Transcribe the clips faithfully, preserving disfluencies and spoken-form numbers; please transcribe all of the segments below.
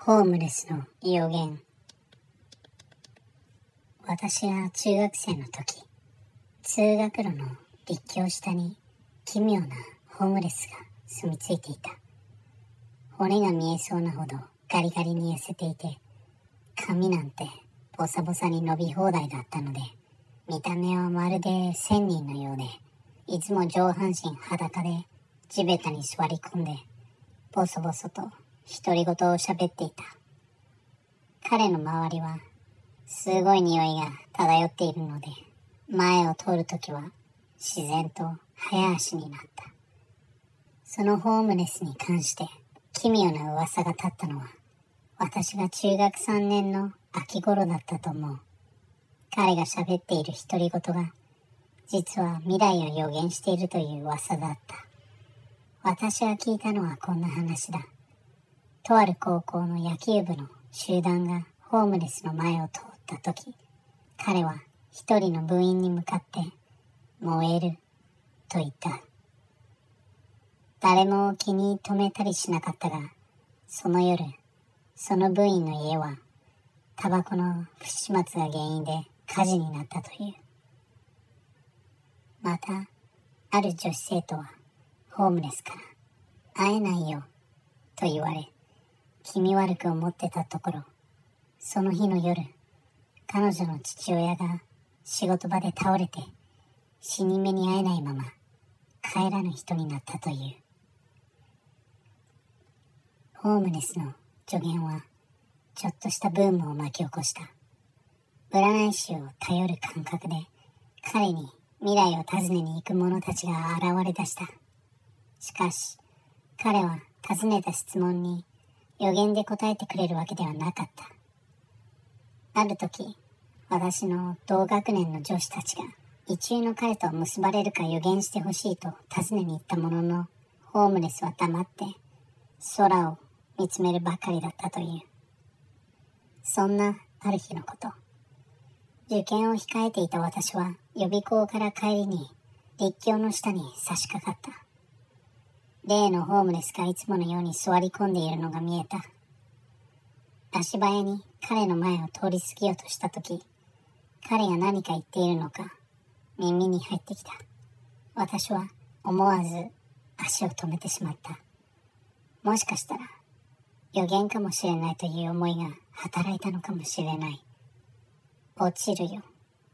ホームレスの予言。私が中学生の時、通学路の陸橋下に奇妙なホームレスが住み着いていた。骨が見えそうなほどガリガリに痩せていて、髪なんてボサボサに伸び放題だったので、見た目はまるで仙人のようで、いつも上半身裸で地べたに座り込んで、ボソボソと独り言を喋っていた。彼の周りはすごい匂いが漂っているので、前を通るときは自然と早足になった。そのホームレスに関して奇妙な噂が立ったのは、私が中学さんねんの秋頃だったと思う。彼が喋っている独り言が、実は未来を予言しているという噂だった。私が聞いたのはこんな話だ。とある高校の野球部の集団がホームレスの前を通ったとき、彼は一人の部員に向かって燃えると言った。誰も気に留めたりしなかったが、その夜、その部員の家はタバコの不始末が原因で火事になったという。また、ある女子生徒はホームレスから会えないよと言われ、気味悪く思ってたところ、その日の夜、彼女の父親が仕事場で倒れて死に目に会えないまま帰らぬ人になったという。ホームレスの助言はちょっとしたブームを巻き起こした。占い師を頼る感覚で彼に未来を尋ねに行く者たちが現れ出した。しかし彼は尋ねた質問に予言で答えてくれるわけではなかった。ある時、私の同学年の女子たちが一流の彼と結ばれるか予言してほしいと尋ねに行ったものの、ホームレスは黙って空を見つめるばかりだったという。そんなある日のこと、受験を控えていた私は予備校から帰りに陸橋の下に差し掛かった。例のホームレスがいつものように座り込んでいるのが見えた。足早に彼の前を通り過ぎようとしたとき、彼が何か言っているのか耳に入ってきた。私は思わず足を止めてしまった。もしかしたら予言かもしれないという思いが働いたのかもしれない。落ちるよ。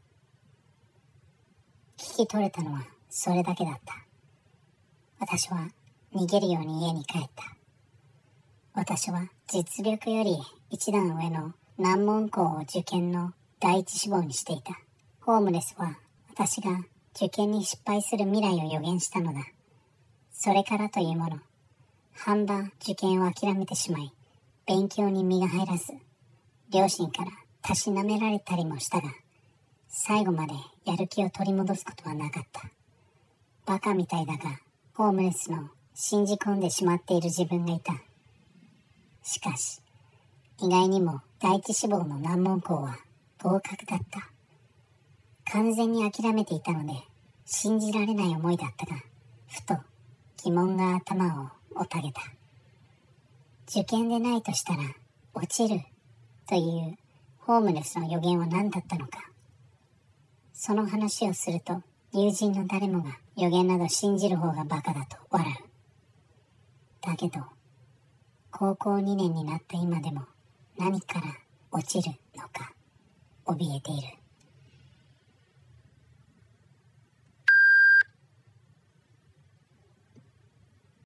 聞き取れたのはそれだけだった。私は逃げるように家に帰った。私は実力より一段上の難問校を受験の第一志望にしていた。ホームレスは私が受験に失敗する未来を予言したのだ。それからというもの、半ば受験を諦めてしまい、勉強に身が入らず、両親からたしなめられたりもしたが、最後までやる気を取り戻すことはなかった。バカみたいだが、ホームレスの信じ込んでしまっている自分がいた。しかし、意外にも第一志望の難問校は合格だった。完全に諦めていたので、信じられない思いだったが、ふと疑問が頭をおたげた。受験でないとしたら、落ちるというホームレスの予言は何だったのか。その話をすると、友人の誰もが予言など信じる方がバカだと笑う。だけど、高校にねんになった今でも何から落ちるのか怯えている。